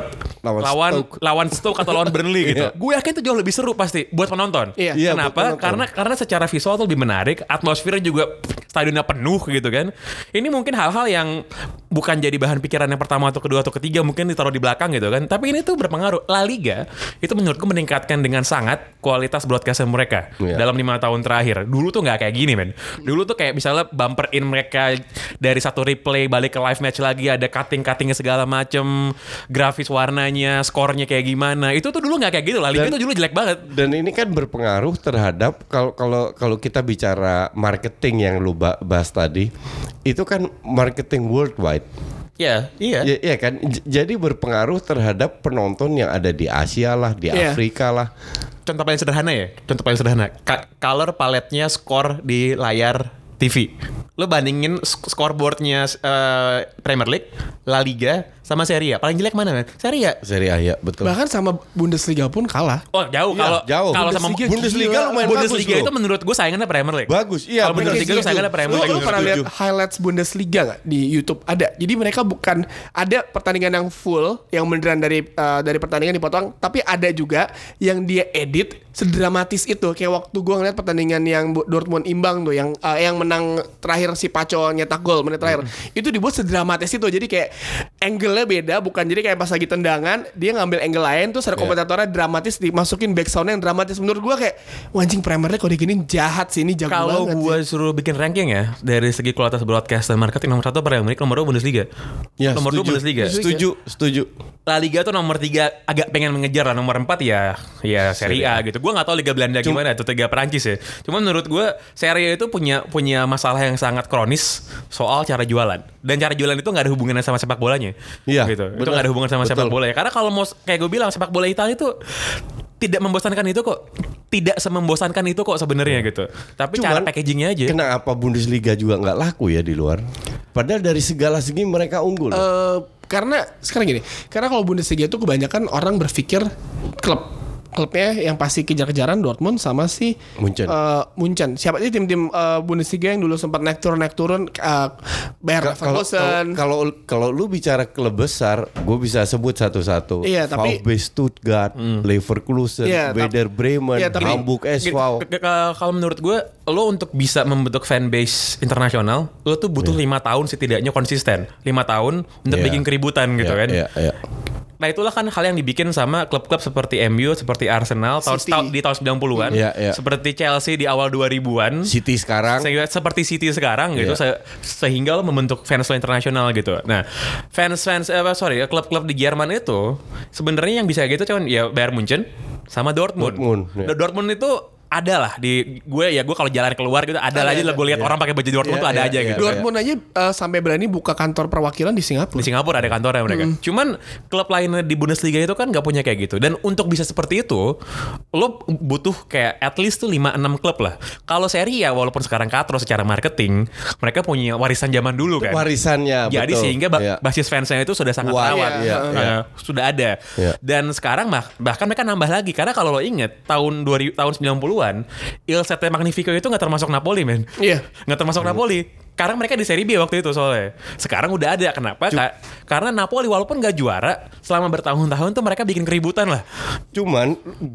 lawan Stoke atau lawan Burnley gitu. Gue yakin itu jauh lebih seru pasti buat penonton. Kenapa? Karena secara visual tuh lebih menarik, atmosfernya juga stadionnya penuh gitu kan. Ini mungkin hal-hal yang bukan jadi bahan pikiran yang pertama atau kedua atau ketiga, mungkin ditaruh di belakang gitu kan. Tapi ini tuh berpengaruh. La Liga itu menurutku meningkatkan dengan sangat kualitas broadcast mereka dalam 5 tahun terakhir. Dulu tuh nggak kayak gini, men. Dulu tuh kayak misalnya bumper in mereka dari satu replay balik ke live match lagi, ada cutting-cuttingnya segala macem, grafis warnanya, skornya kayak gimana. Itu tuh dulu nggak kayak gitu. La Liga tuh dulu jelek banget. Dan ini kan berpengaruh terhadap kalau kita bicara marketing yang lu bahas tadi, itu kan marketing worldwide. Iya kan. Jadi berpengaruh terhadap penonton yang ada di Asia lah, di Afrika lah. Contoh paling sederhana. Color paletnya skor di layar TV. Lo bandingin scoreboardnya Premier League, La Liga, sama Serie A. Paling jelek mana, men? Serie A ya, betul. Bahkan sama Bundesliga pun kalah. Oh, jauh. Kalau sama Bundesliga lumayan bagus. Bundesliga itu menurut gue saingannya Premier League. Bagus, iya. Kalau Bundesliga itu saingannya Premier League. Lu pernah lihat highlights Bundesliga nggak di YouTube? Ada. Jadi mereka bukan ada pertandingan yang full, yang beneran dari pertandingan dipotong, tapi ada juga yang dia edit sedramatis itu. Kayak waktu gue ngeliat pertandingan yang Dortmund imbang tuh, yang menang terakhir si Paco nyetak gol menit terakhir. Itu dibuat sedramatis itu. Jadi kayak angle-nya beda, bukan jadi kayak pas lagi tendangan dia ngambil angle lain tuh secara komentatornya dramatis, dimasukin back sound yang dramatis. Menurut gue kayak anjing, Premier League kalau diginiin jahat sih, ini jago banget. Kalau gue suruh bikin ranking ya dari segi kualitas broadcast dan marketing, nomor 1 Premier League, nomor 2 Bundesliga. Nomor 2 Bundesliga. Setuju. La Liga tuh nomor 3 agak pengen mengejar lah. Nomor 4 ya Serie A gitu. Gue gak tahu Liga Belanda gimana atau Liga Perancis ya. Cuma menurut gue Serie A itu punya masalah yang sangat kronis soal cara jualan. Dan cara jualan itu gak ada hubungannya sama sepak bolanya. Gitu. Itu gak ada hubungan sama sepak bola ya. Karena kalau mau kayak gue bilang, sepak bola Italia itu tidak membosankan itu kok. Tidak semembosankan itu kok sebenarnya gitu. Tapi cara packagingnya aja. Kenapa Bundesliga juga gak laku ya di luar? Padahal dari segala segi mereka unggul. Karena sekarang gini, karena kalau Bundesliga itu kebanyakan orang berpikir klubnya yang pasti kejar-kejaran Dortmund sama si Munchen. Siapa sih tim-tim Bundesliga yang dulu sempat naik turun Bayer Leverkusen. Kalau lu bicara klub besar, gue bisa sebut satu-satu. Iya, tapi VfB Stuttgart, Leverkusen, Werder Bremen, Hamburg SV. Kalau menurut gue, lo untuk bisa membentuk fanbase internasional, lo tuh butuh 5 tahun setidaknya konsisten. 5 tahun untuk bikin keributan gitu kan. Nah itulah kan hal yang dibikin sama klub-klub seperti MU, seperti Arsenal di tahun 90-an, seperti Chelsea di awal 2000-an, City sekarang, seperti City sekarang gitu, sehingga lo membentuk fans lo internasional gitu. Nah, klub-klub di Jerman itu sebenarnya yang bisa gitu cuman ya Bayern Munchen sama Dortmund. Dortmund itu ada lah di gue kalau jalan keluar gitu ada aja lah gue lihat orang pakai baju Dortmund tuh ada aja gitu. Dortmund aja sampai berani buka kantor perwakilan di Singapura. Di Singapura ada kantornya mereka. Cuman klub lainnya di Bundesliga itu kan nggak punya kayak gitu. Dan untuk bisa seperti itu, lo butuh kayak at least tuh 5-6 klub lah. Kalau Serie A walaupun sekarang katro secara marketing, mereka punya warisan zaman dulu kan. Warisannya jadi betul. Sehingga basis fansnya itu sudah sangat rawat. Sudah ada. Dan sekarang bahkan mereka nambah lagi karena kalau lo inget tahun 90-an 90-an, Il Sette Magnifico itu nggak termasuk Napoli, men. Iya. Nggak termasuk Napoli. Karena mereka di Serie B waktu itu soalnya. Sekarang udah ada. Kenapa? Karena Napoli walaupun nggak juara, selama bertahun-tahun tuh mereka bikin keributan lah. Cuman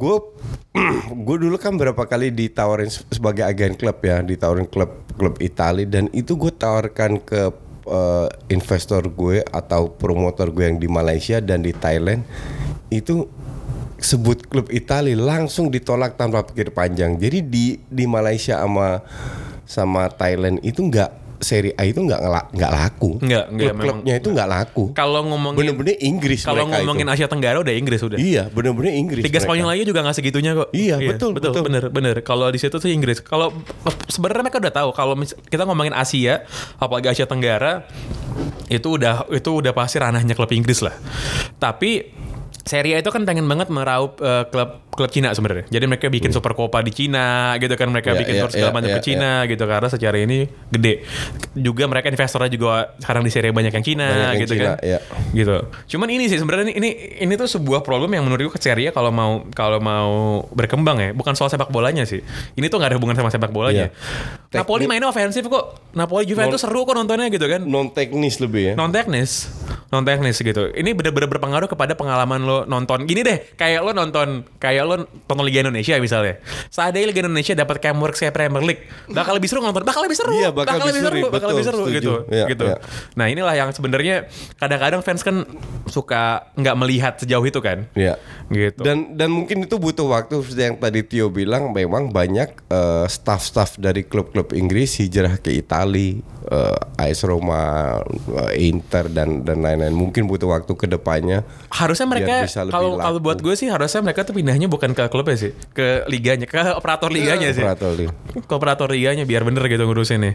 gue dulu kan berapa kali ditawarin sebagai agen klub ya, ditawarin klub Italia, dan itu gue tawarkan ke investor gue atau promotor gue yang di Malaysia dan di Thailand, itu sebut klub Italia langsung ditolak tanpa pikir panjang. Jadi di Malaysia sama Thailand itu Serie A itu nggak laku. Klub-klubnya itu nggak laku. Kalau ngomongin bener-bener Inggris. Kalau ngomongin Asia Tenggara udah Inggris udah. Iya, bener-bener Inggris. Liga Spanyol aja juga nggak segitunya kok. Iya, betul. Bener. Kalau di situ tuh Inggris. Kalau sebenarnya mereka udah tahu kalau kita ngomongin Asia, apalagi Asia Tenggara, itu udah pasti ranahnya klub Inggris lah. Tapi Serie A itu kan pengen banget meraup klub Cina sebenarnya. Jadi mereka bikin Super Copa di Cina gitu kan, mereka bikin segala macam ke Cina gitu karena secara ini gede. Juga mereka investornya juga sekarang di Serie A banyak yang Cina gitu kan. Gitu. Cuman ini sih sebenarnya ini tuh sebuah problem yang menurut gue ke Serie A kalau mau berkembang ya, bukan soal sepak bolanya sih. Ini tuh enggak ada hubungan sama sepak bolanya. Napoli mainnya ofensif kok. Napoli Juventus seru kok nontonnya gitu kan. Non teknis lebih ya. Non teknis gitu. Ini benar-benar berpengaruh kepada pengalaman lo nonton. Gini deh, kayak lo nonton Liga Indonesia misalnya. Seandainya Liga Indonesia dapat Camworks kayak Premier League, bakal lebih seru nonton. Bakal lebih seru. Iya, bakal lebih seru gitu. Ya, gitu. Ya. Nah, inilah yang sebenarnya kadang-kadang fans kan suka nggak melihat sejauh itu kan. Iya. Gitu. Dan mungkin itu butuh waktu seperti yang tadi Tio bilang, memang banyak staff-staff dari klub-klub Inggris hijrah ke Italia, AS Roma, Inter dan lain-lain. Mungkin butuh waktu ke depannya. Harusnya mereka kalau buat gue sih harusnya mereka tuh pindahnya bukan ke klubnya sih, ke liganya, ke operator liganya sih. Ke operator liganya biar bener gitu ngurusinnya.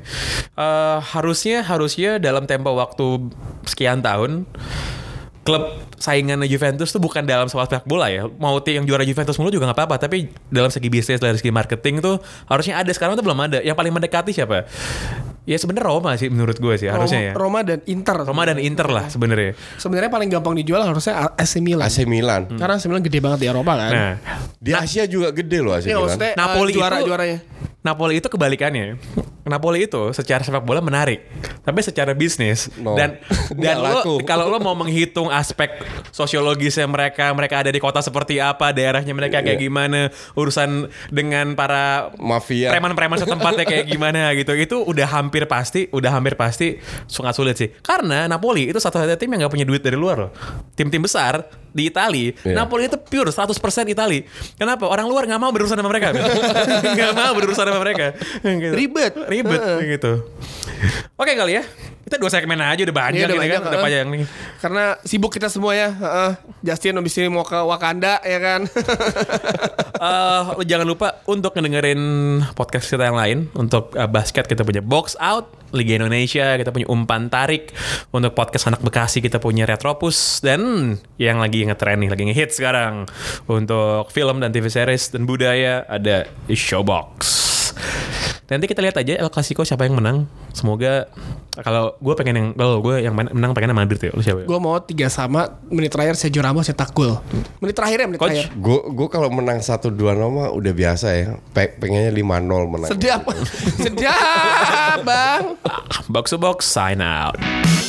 Harusnya dalam tempo waktu sekian tahun klub saingannya Juventus tuh bukan dalam soal sepak bola ya. Mau yang juara Juventus mulu juga nggak apa-apa, tapi dalam segi bisnis, dari segi marketing tuh harusnya ada. Sekarang tuh belum ada. Yang paling mendekati siapa? Ya sebenarnya Roma sih menurut gue sih harusnya ya. Roma dan Inter lah sebenarnya. Sebenarnya paling gampang dijual harusnya AC Milan. Karena AC Milan gede banget di Eropa kan. Nah, di Asia juga gede loh AC Milan. Napoli juaranya. Napoli itu kebalikannya. Napoli itu secara sepak bola menarik, tapi secara bisnis dan kalau lo mau menghitung aspek sosiologisnya mereka ada di kota seperti apa, daerahnya mereka kayak gimana, urusan dengan para mafia, preman-preman setempatnya kayak gimana gitu, itu udah hampir pasti sangat sulit sih. Karena Napoli itu satu-satunya tim yang nggak punya duit dari luar loh. Tim-tim besar di Italia, Napoli itu pure 100% Italia. Kenapa? Orang luar nggak mau berurusan sama mereka. Nggak mau berurusan sama mereka. Gitu. Ribet gitu. Oke kali ya. Kita 2 segmen aja udah banyak gitu kan. Udah panjang nih. Karena sibuk kita semua ya. Justin abis ini mau ke Wakanda ya kan. Jangan lupa untuk ngedengerin podcast kita yang lain. Untuk basket kita punya Box Out, Liga Indonesia kita punya Umpan Tarik. Untuk podcast anak Bekasi kita punya Retropus. Dan yang lagi ngetren nih, lagi ngehit sekarang, untuk film dan TV series dan budaya ada Showbox. Nanti kita lihat aja El Clasico siapa yang menang. Semoga, kalau gue yang menang pengennya Madrid ya. Lu siapa? Gue mau 3-3. Menit terakhir Sergio Ramos cetak gol. Menit terakhir. Gue kalau menang 1-2 nama udah biasa ya. Pengennya 5-0 menang. Sedap bang. Box to Box sign out.